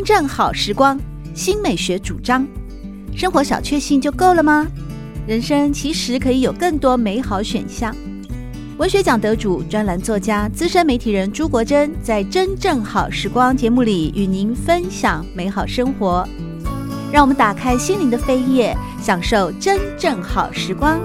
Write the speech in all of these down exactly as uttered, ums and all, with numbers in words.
正好时光，新美学主张。生活小确幸就够了吗？人生其实可以有更多美好选项。文学奖得主、专栏作家、资深媒体人朱国珍在《真正好时光》节目里与您分享美好生活。让我们打开心灵的扉页，享受真正好时光。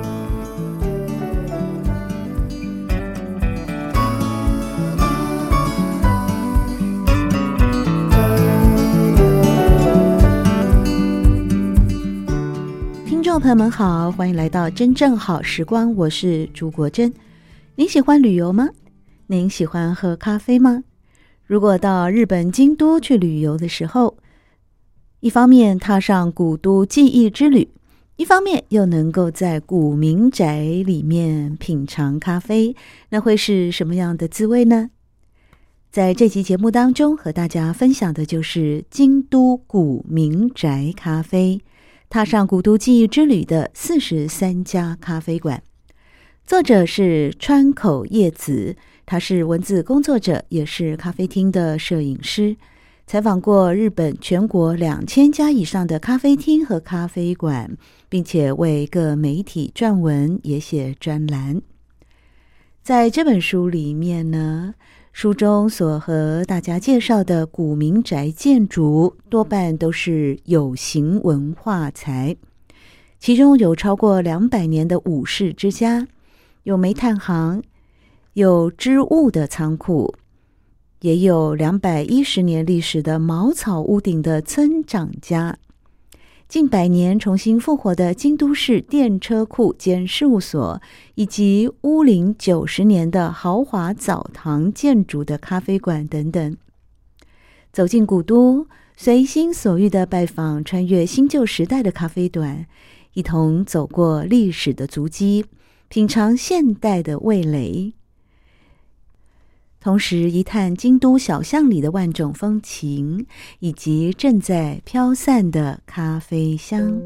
听众朋友们好，欢迎来到真正好时光，我是朱国珍。您喜欢旅游吗？您喜欢喝咖啡吗？如果到日本京都去旅游的时候，一方面踏上古都记忆之旅，一方面又能够在古民宅里面品尝咖啡，那会是什么样的滋味呢？在这期节目当中和大家分享的就是京都古民宅咖啡，踏上古都记忆之旅的四十三家咖啡馆。作者是川口叶子，他是文字工作者，也是咖啡厅的摄影师，采访过日本全国两千家以上的咖啡厅和咖啡馆，并且为各媒体撰文，也写专栏。在这本书里面呢，书中所和大家介绍的古民宅建筑多半都是有形文化财，其中有超过两百年的武士之家，有煤炭行，有织物的仓库，也有两百一十年历史的茅草屋顶的村长家，近百年重新复活的京都市电车库兼事务所，以及屋龄九十年的豪华澡堂建筑的咖啡馆等等。走进古都，随心所欲地拜访穿越新旧时代的咖啡馆，一同走过历史的足迹，品尝现代的味蕾，同时一探京都小巷里的万种风情，以及正在飘散的咖啡香。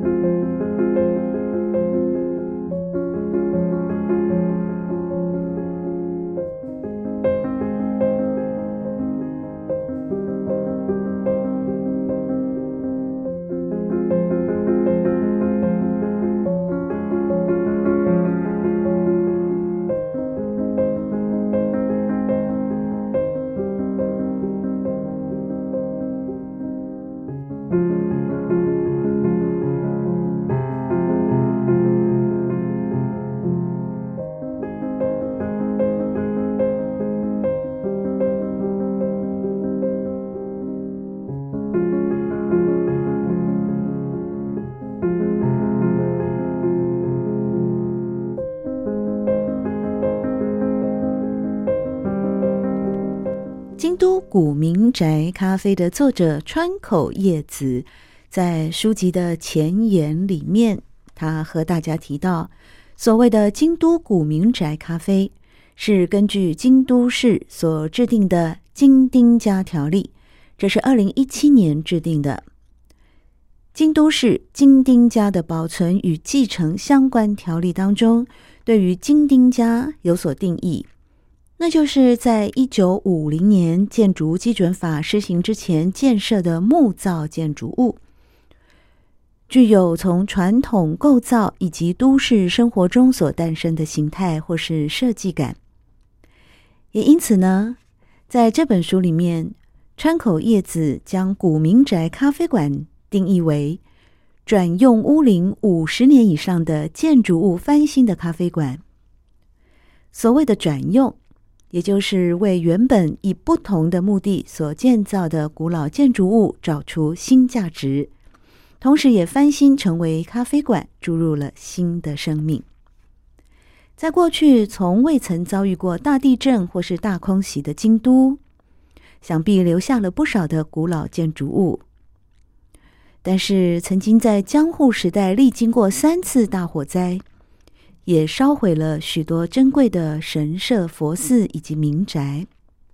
京都古民宅咖啡的作者川口叶子在书籍的前言里面，他和大家提到，所谓的京都古民宅咖啡是根据京都市所制定的京町家条例，这是二零一七年制定的。京都市京町家的保存与继承相关条例当中，对于京町家有所定义，那就是在一九五零年建筑基准法施行之前建设的木造建筑物，具有从传统构造以及都市生活中所诞生的形态或是设计感。也因此呢，在这本书里面，川口叶子将古民宅咖啡馆定义为转用屋龄五十年以上的建筑物翻新的咖啡馆。所谓的转用，也就是为原本以不同的目的所建造的古老建筑物找出新价值，同时也翻新成为咖啡馆，注入了新的生命。在过去从未曾遭遇过大地震或是大空袭的京都，想必留下了不少的古老建筑物，但是曾经在江户时代历经过三次大火灾，也烧毁了许多珍贵的神社、佛寺以及民宅。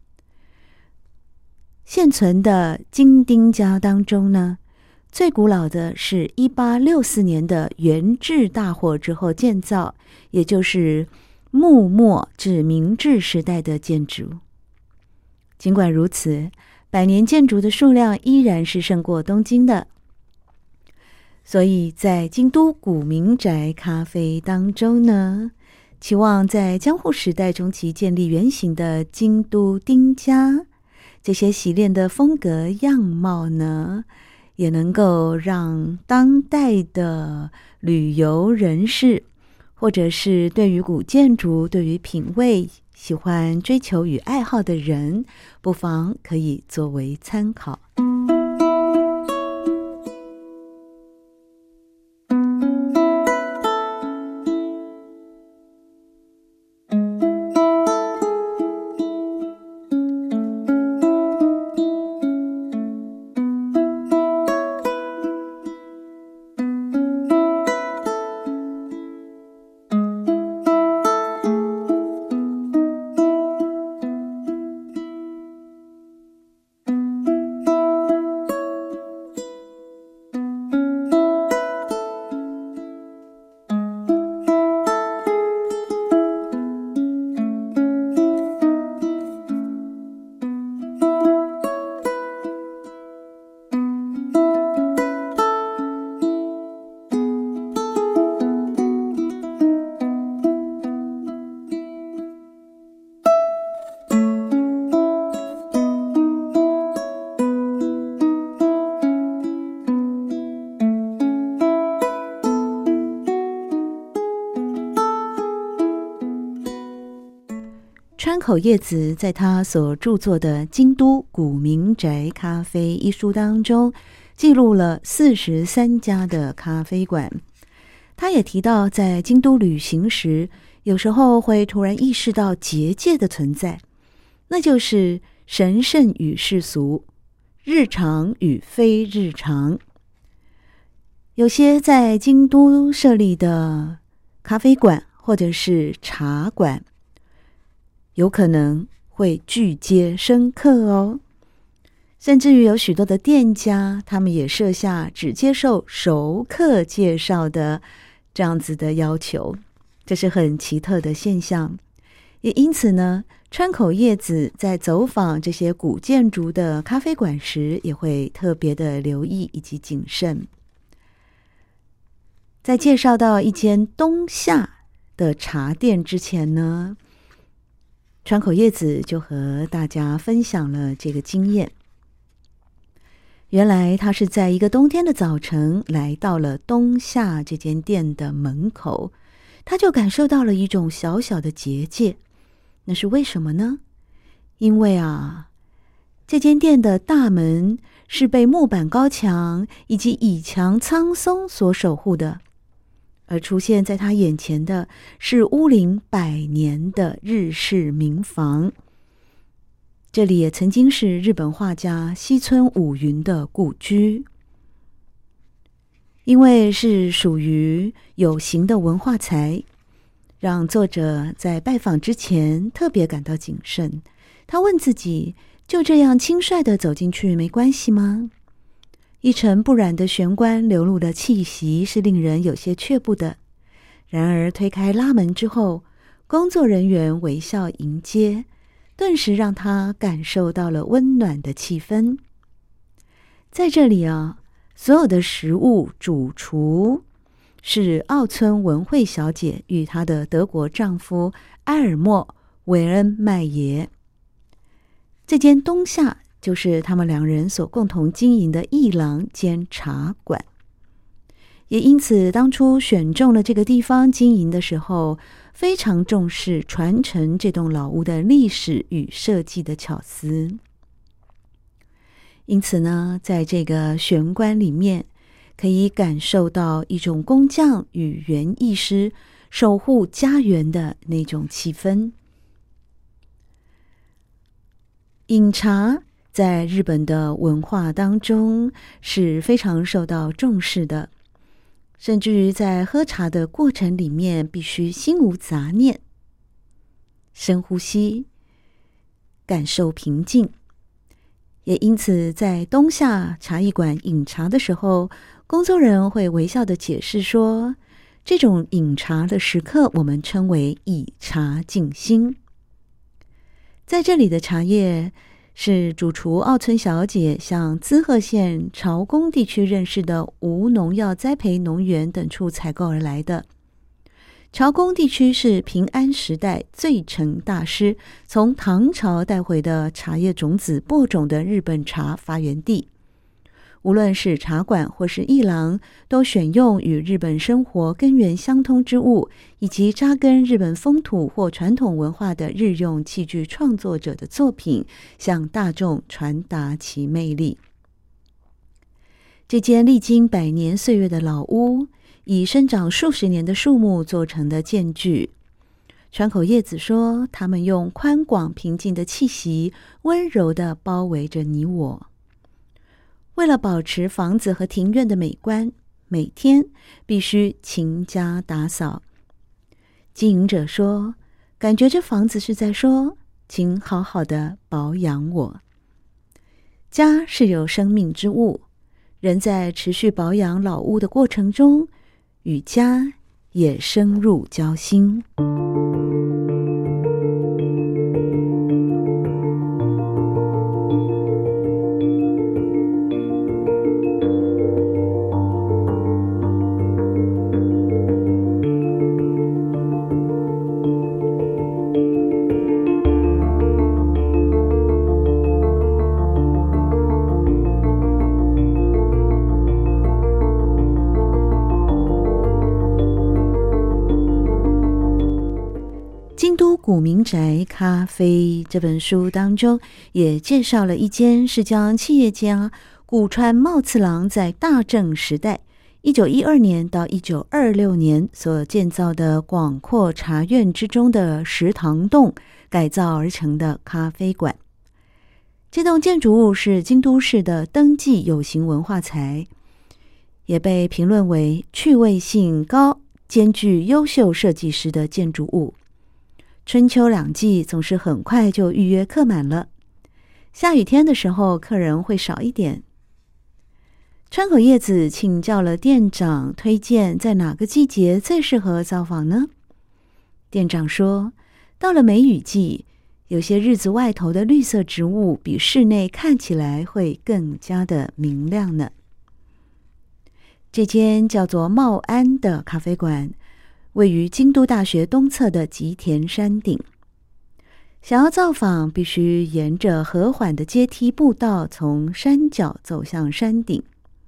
现存的京町家当中呢，最古老的是一八六四年的元治大火之后建造，也就是幕末至明治时代的建筑。尽管如此， 百年建筑的数量依然是胜过东京的。所以在京都古民宅咖啡当中呢，期望在江户时代中期建立原型的京都町家，这些洗练的风格样貌呢，也能够让当代的旅游人士，或者是对于古建筑、对于品味喜欢追求与爱好的人，不妨可以作为参考。川口叶子在他所著作的《京都古民宅咖啡》一书当中，记录了四十三家的咖啡馆。他也提到，在京都旅行时，有时候会突然意识到结界的存在，那就是神圣与世俗，日常与非日常。有些在京都设立的咖啡馆或者是茶馆，有可能会拒接生客哦，甚至于有许多的店家，他们也设下只接受熟客介绍的这样子的要求，这是很奇特的现象。也因此呢，川口叶子在走访这些古建筑的咖啡馆时，也会特别的留意以及谨慎。在介绍到一间东夏的茶店之前呢，川口叶子就和大家分享了这个经验。原来他是在一个冬天的早晨来到了东夏这间店的门口，他就感受到了一种小小的结界。那是为什么呢？因为啊，这间店的大门是被木板高墙以及倚墙苍松所守护的，而出现在他眼前的是屋龄百年的日式民房。这里也曾经是日本画家西村五云的故居。因为是属于有形的文化财，让作者在拜访之前特别感到谨慎。他问自己，就这样轻率地走进去没关系吗？一尘不染的玄关流露的气息是令人有些却步的。然而推开拉门之后，工作人员微笑迎接，顿时让他感受到了温暖的气氛。在这里啊，所有的食物主厨是奥村文惠小姐与她的德国丈夫埃尔默·韦恩麦耶。这间东夏就是他们两人所共同经营的艺廊兼茶馆，也因此当初选中了这个地方经营的时候，非常重视传承这栋老屋的历史与设计的巧思。因此呢，在这个玄关里面，可以感受到一种工匠与园艺师守护家园的那种气氛。饮茶在日本的文化当中是非常受到重视的，甚至于在喝茶的过程里面必须心无杂念，深呼吸，感受平静。也因此在东夏茶艺馆饮茶的时候，工作人员会微笑地解释说，这种饮茶的时刻我们称为以茶静心。在这里的茶叶是主厨奥村小姐向滋贺县朝宫地区认识的无农药栽培农园等处采购而来的。朝宫地区是平安时代最成大师从唐朝带回的茶叶种子播种的日本茶发源地，无论是茶馆或是艺廊，都选用与日本生活根源相通之物，以及扎根日本风土或传统文化的日用器具创作者的作品，向大众传达其魅力。这间历经百年岁月的老屋，以生长数十年的树木做成的建具。川口叶子说，他们用宽广平静的气息，温柔地包围着你我。为了保持房子和庭院的美观，每天必须勤加打扫。经营者说，感觉这房子是在说，请好好的保养我。家是有生命之物，人在持续保养老屋的过程中，与家也深入交心。古民宅咖啡这本书当中也介绍了一间是将企业家古川茂次郎在大正时代一九一二年到一九二六年所建造的广阔茶院之中的石堂洞改造而成的咖啡馆。这栋建筑物是京都市的登记有形文化财，也被评论为趣味性高、兼具优秀设计师的建筑物。春秋两季总是很快就预约客满了，下雨天的时候客人会少一点。川口叶子请教了店长，推荐在哪个季节最适合造访呢？店长说，到了梅雨季，有些日子外头的绿色植物比室内看起来会更加的明亮呢。这间叫做茂安的咖啡馆位于京都大学东侧的吉田山顶，想要造访必须沿着和缓的阶梯步道从山脚走向山顶。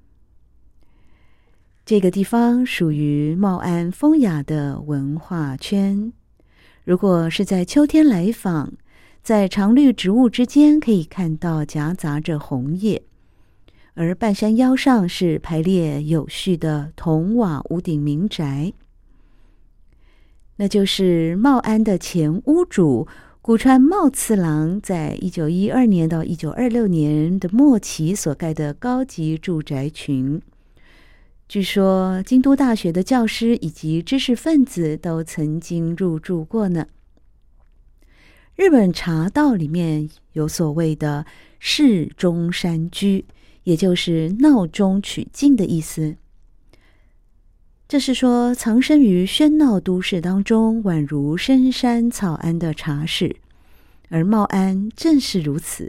这个地方属于茂安风雅的文化圈，如果是在秋天来访，在常绿植物之间可以看到夹杂着红叶，而半山腰上是排列有序的铜瓦屋顶民宅，那就是茂安的前屋主古川茂次郎在一九一二年到一九二六年的末期所盖的高级住宅群。据说京都大学的教师以及知识分子都曾经入住过呢。日本茶道里面有所谓的室中山居，也就是闹中取静的意思。这是说藏身于喧闹都市当中，宛如深山草庵的茶室，而茂安正是如此。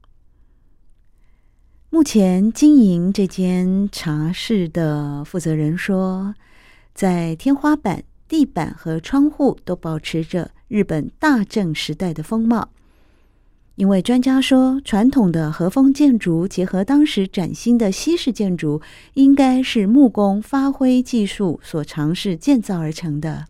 目前经营这间茶室的负责人说，在天花板、地板和窗户都保持着日本大正时代的风貌。因为专家说，传统的和风建筑结合当时崭新的西式建筑，应该是木工发挥技术所尝试建造而成的。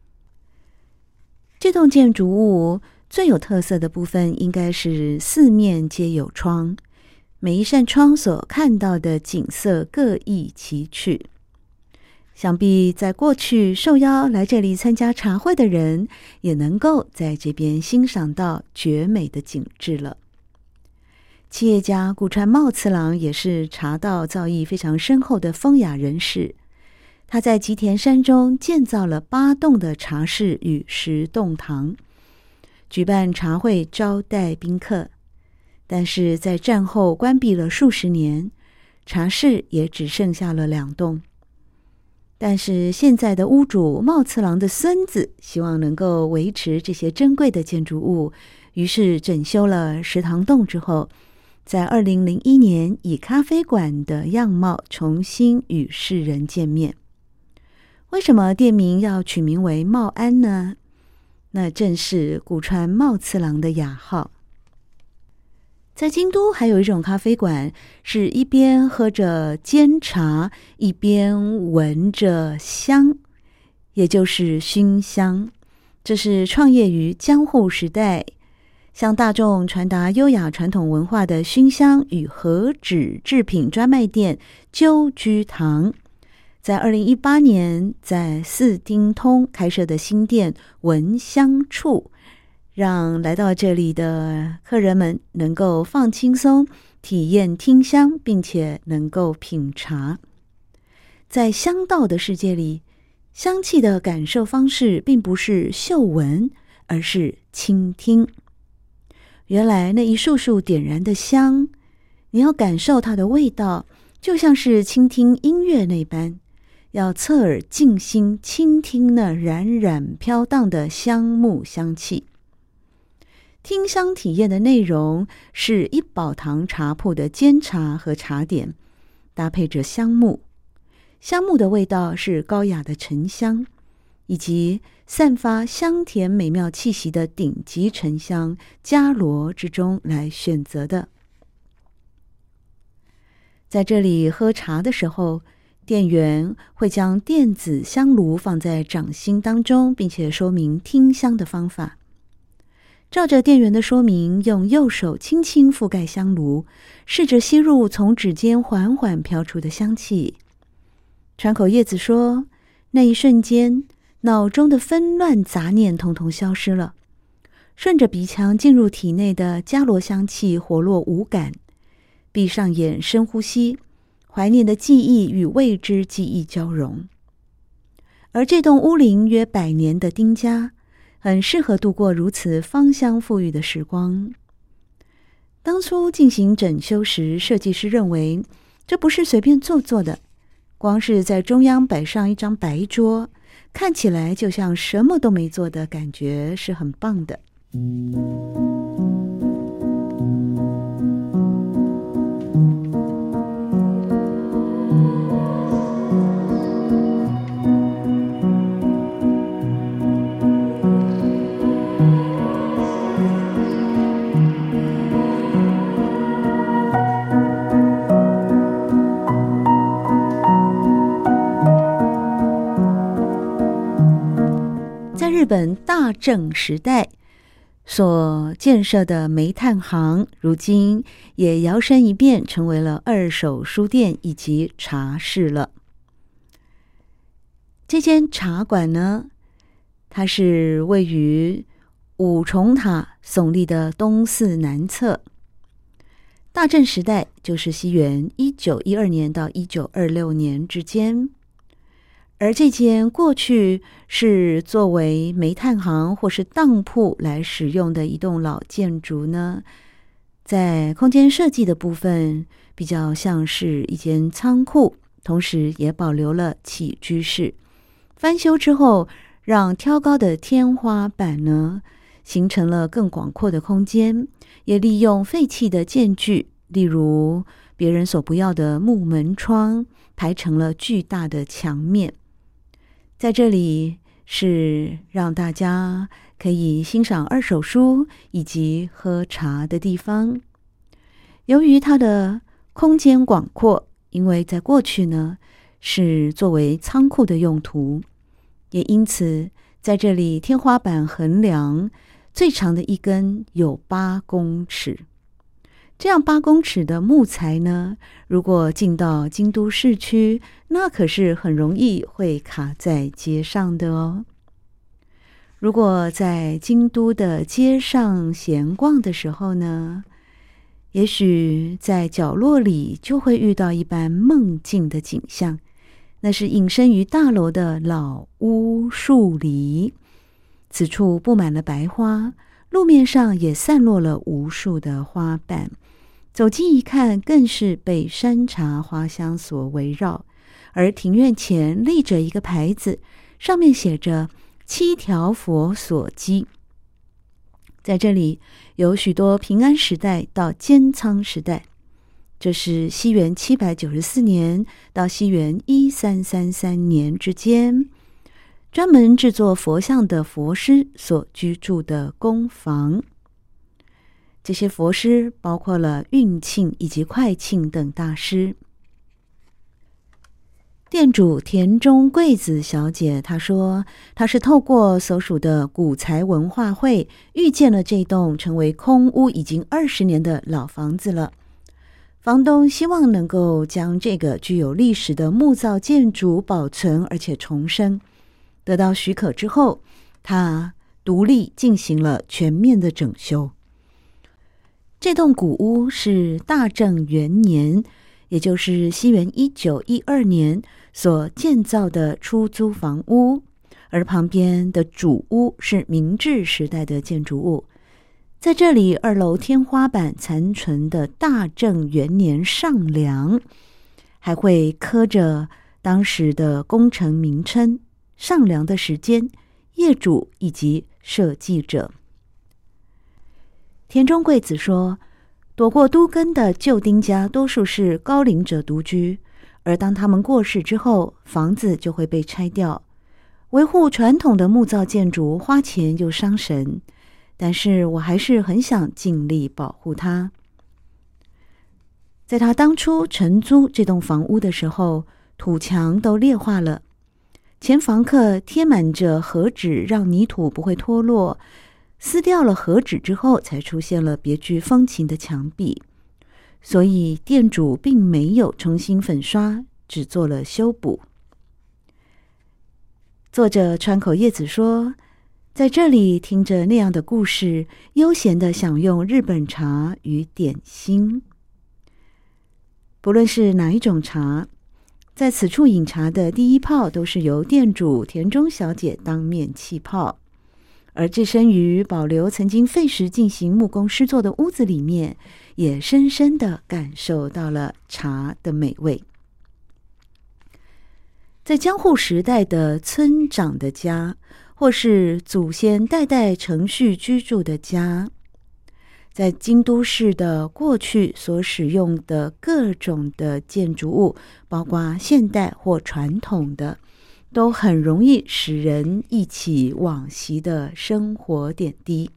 这栋建筑物最有特色的部分应该是四面皆有窗，每一扇窗所看到的景色各异其趣。想必在过去受邀来这里参加茶会的人，也能够在这边欣赏到绝美的景致了。企业家古川茂次郎也是茶道造诣非常深厚的风雅人士，他在吉田山中建造了八栋的茶室与十栋堂，举办茶会招待宾客。但是在战后关闭了数十年，茶室也只剩下了两栋。但是现在的屋主茂次郎的孙子希望能够维持这些珍贵的建筑物， 于是整修了石堂洞之后，在二零零一年以咖啡馆的样貌重新与世人见面。为什么店名要取名为茂安呢？那正是古川茂次郎的雅号。在京都还有一种咖啡馆，是一边喝着煎茶，一边闻着香，也就是熏香。这是创业于江户时代，向大众传达优雅传统文化的熏香与和纸制品专卖店鸠居堂。在二零一八年在四丁通开设的新店闻香处，让来到这里的客人们能够放轻松，体验听香，并且能够品茶。在香道的世界里，香气的感受方式并不是嗅闻，而是倾听。原来那一束束点燃的香，你要感受它的味道，就像是倾听音乐那般，要侧耳静心倾听那冉冉飘荡的香木香气。听香体验的内容是一宝堂茶铺的煎茶和茶点，搭配着香木。香木的味道是高雅的沉香，以及散发香甜美妙气息的顶级沉香伽罗之中来选择的。在这里喝茶的时候，店员会将电子香炉放在掌心当中，并且说明听香的方法。照着店员的说明，用右手轻轻覆盖香炉，试着吸入从指尖缓缓飘出的香气。川口叶子说，那一瞬间，脑中的纷乱杂念统统消失了，顺着鼻腔进入体内的伽罗香气活络无感。闭上眼深呼吸，怀念的记忆与未知记忆交融。而这栋屋龄约百年的丁家，很适合度过如此芳香馥郁的时光。当初进行整修时，设计师认为这不是随便做做的，光是在中央摆上一张白桌，看起来就像什么都没做的感觉，是很棒的。日本大正时代所建设的煤炭行，如今也摇身一变成为了二手书店以及茶室了。这间茶馆呢，它是位于五重塔耸立的东寺南侧。大正时代就是西元一九一二年到一九二六年之间。而这间过去是作为煤炭行或是当铺来使用的一栋老建筑呢，在空间设计的部分比较像是一间仓库，同时也保留了起居室。翻修之后，让挑高的天花板呢形成了更广阔的空间，也利用废弃的建具，例如别人所不要的木门窗，排成了巨大的墙面。在这里是让大家可以欣赏二手书以及喝茶的地方。由于它的空间广阔，因为在过去呢是作为仓库的用途，也因此在这里天花板横梁最长的一根有八公尺。这样八公尺的木材呢，如果进到京都市区，那可是很容易会卡在街上的哦。如果在京都的街上闲逛的时候呢，也许在角落里就会遇到一般梦境的景象，那是隐身于大楼的老屋树篱。此处布满了白花，路面上也散落了无数的花瓣。走近一看，更是被山茶花香所围绕。而庭院前立着一个牌子，上面写着七条佛所基。 在这里有许多平安时代到监仓时代，这是西元七百九十四年到西元一三三三年之间，专门制作佛像的佛师所居住的宫房。这些佛师包括了运庆以及快庆等大师。店主田中贵子小姐她说，她是透过所属的古财文化会遇见了这栋成为空屋已经二十年的老房子了。房东希望能够将这个具有历史的木造建筑保存而且重生。得到许可之后，他独立进行了全面的整修。这栋古屋是大正元年，也就是西元一九一二年所建造的出租房屋，而旁边的主屋是明治时代的建筑物。在这里，二楼天花板残存的大正元年上梁，还会刻着当时的工程名称、上梁的时间、业主以及设计者。田中贵子说，躲过都更的旧丁家多数是高龄者独居，而当他们过世之后，房子就会被拆掉。维护传统的木造建筑花钱又伤神，但是我还是很想尽力保护它。在他当初承租这栋房屋的时候，土墙都裂化了，前房客贴满着和纸，让泥土不会脱落。撕掉了和纸之后，才出现了别具风情的墙壁，所以店主并没有重新粉刷，只做了修补。作者川口叶子说，在这里听着那样的故事，悠闲地享用日本茶与点心。不论是哪一种茶，在此处饮茶的第一泡都是由店主田中小姐当面沏泡，而置身于保留曾经费时进行木工施作的屋子里面，也深深地感受到了茶的美味。在江户时代的村长的家，或是祖先代代承续居住的家，在京都市的过去所使用的各种的建筑物，包括现代或传统的，都很容易使人忆起往昔的生活点滴。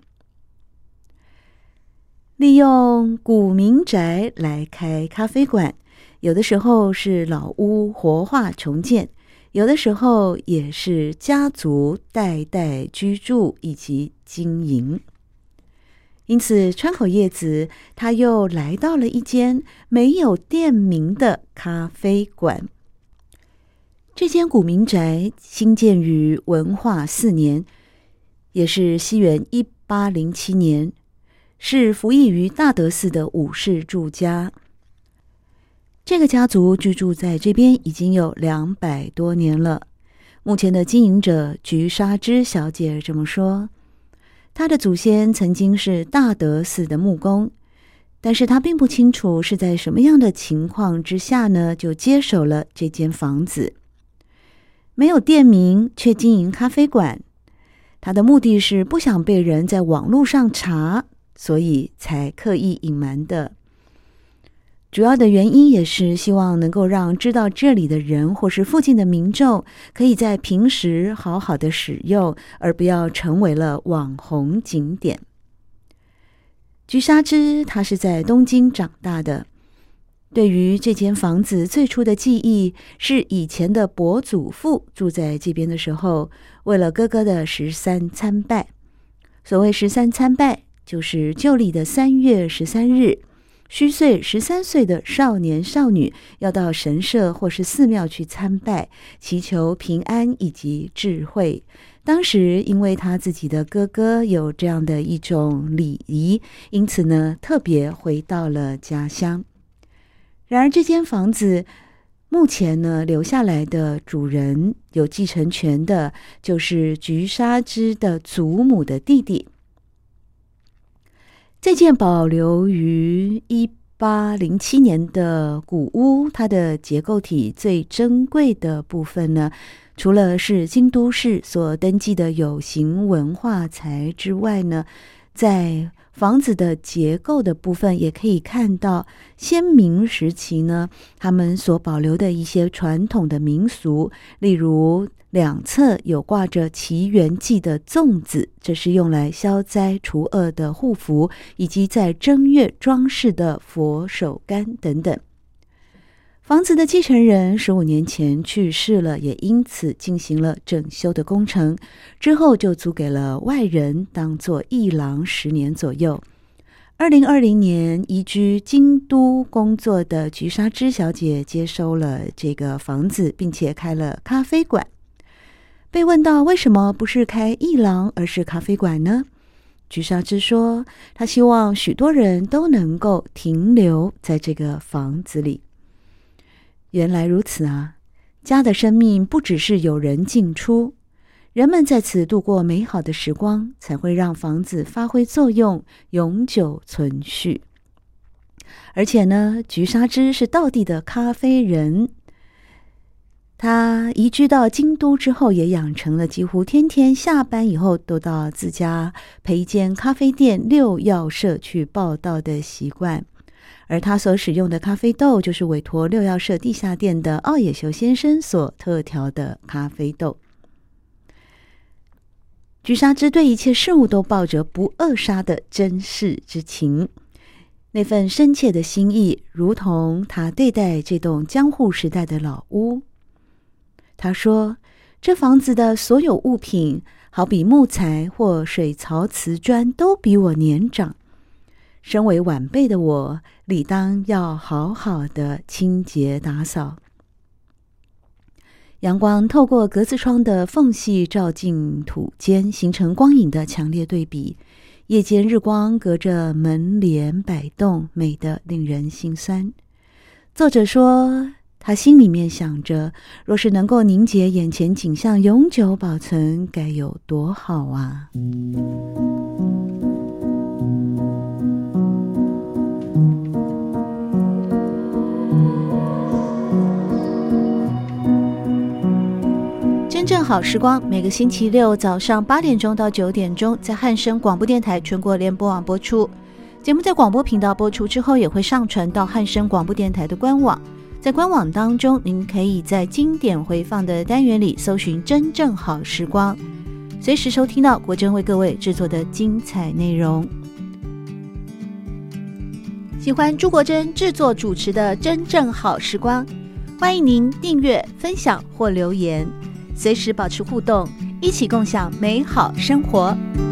利用古民宅来开咖啡馆，有的时候是老屋活化重建，有的时候也是家族代代居住以及经营。因此川口叶子他又来到了一间没有店名的咖啡馆。这间古民宅兴建于文化四年，也是西元一八零七年，是服役于大德寺的武士住家。这个家族居住在这边已经有两百多年了。目前的经营者菊沙织小姐这么说，她的祖先曾经是大德寺的木工，但是她并不清楚是在什么样的情况之下呢，就接手了这间房子。没有店名却经营咖啡馆，他的目的是不想被人在网络上查，所以才刻意隐瞒的。主要的原因也是希望能够让知道这里的人或是附近的民众可以在平时好好的使用，而不要成为了网红景点。菊沙织他是在东京长大的，对于这间房子最初的记忆是以前的伯祖父住在这边的时候，为了哥哥的十三参拜。所谓十三参拜，就是旧历的三月十三日，虚岁十三岁的少年少女要到神社或是寺庙去参拜，祈求平安以及智慧。当时因为他自己的哥哥有这样的一种礼仪，因此呢，特别回到了家乡。然而这间房子目前呢，留下来的主人有继承权的，就是菊沙织的祖母的弟弟。这件保留于一八零七年的古屋，它的结构体最珍贵的部分呢，除了是京都市所登记的有形文化财之外呢， 在房子的结构的部分也可以看到先民时期呢，他们所保留的一些传统的民俗，例如两侧有挂着祈元祭的粽子，这是用来消灾除恶的护符，以及在正月装饰的佛手柑等等。房子的继承人十五年前去世了，也因此进行了整修的工程，之后就租给了外人当作艺廊十年左右。二零二零年移居京都工作的菊沙织小姐接收了这个房子，并且开了咖啡馆。被问到为什么不是开艺廊而是咖啡馆呢？菊沙织说，她希望许多人都能够停留在这个房子里。原来如此啊，家的生命不只是有人进出，人们在此度过美好的时光，才会让房子发挥作用，永久存续。而且呢，菊沙织是道地的咖啡人，他移居到京都之后，也养成了几乎天天下班以后都到自家陪一间咖啡店六曜社去报道的习惯。而他所使用的咖啡豆就是委托六曜社地下店的奥野修先生所特调的咖啡豆。菊沙织对一切事物都抱着不扼杀的珍视之情，那份深切的心意如同他对待这栋江户时代的老屋。他说，这房子的所有物品好比木材或水槽瓷砖都比我年长，身为晚辈的我理当要好好的清洁打扫。阳光透过格子窗的缝隙照进土间，形成光影的强烈对比。夜间日光隔着门帘摆动，美得令人心酸。作者说，他心里面想着，若是能够凝结眼前景象，永久保存，该有多好啊！真正好时光，每个星期六早上八点钟到九点钟，在汉声广播电台全国联播网播出。节目在广播频道播出之后，也会上传到汉声广播电台的官网。在官网当中，您可以在经典回放的单元里搜寻真正好时光，随时收听到国珍为各位制作的精彩内容。喜欢朱国珍制作主持的真正好时光，欢迎您订阅、分享或留言，随时保持互动，一起共享美好生活。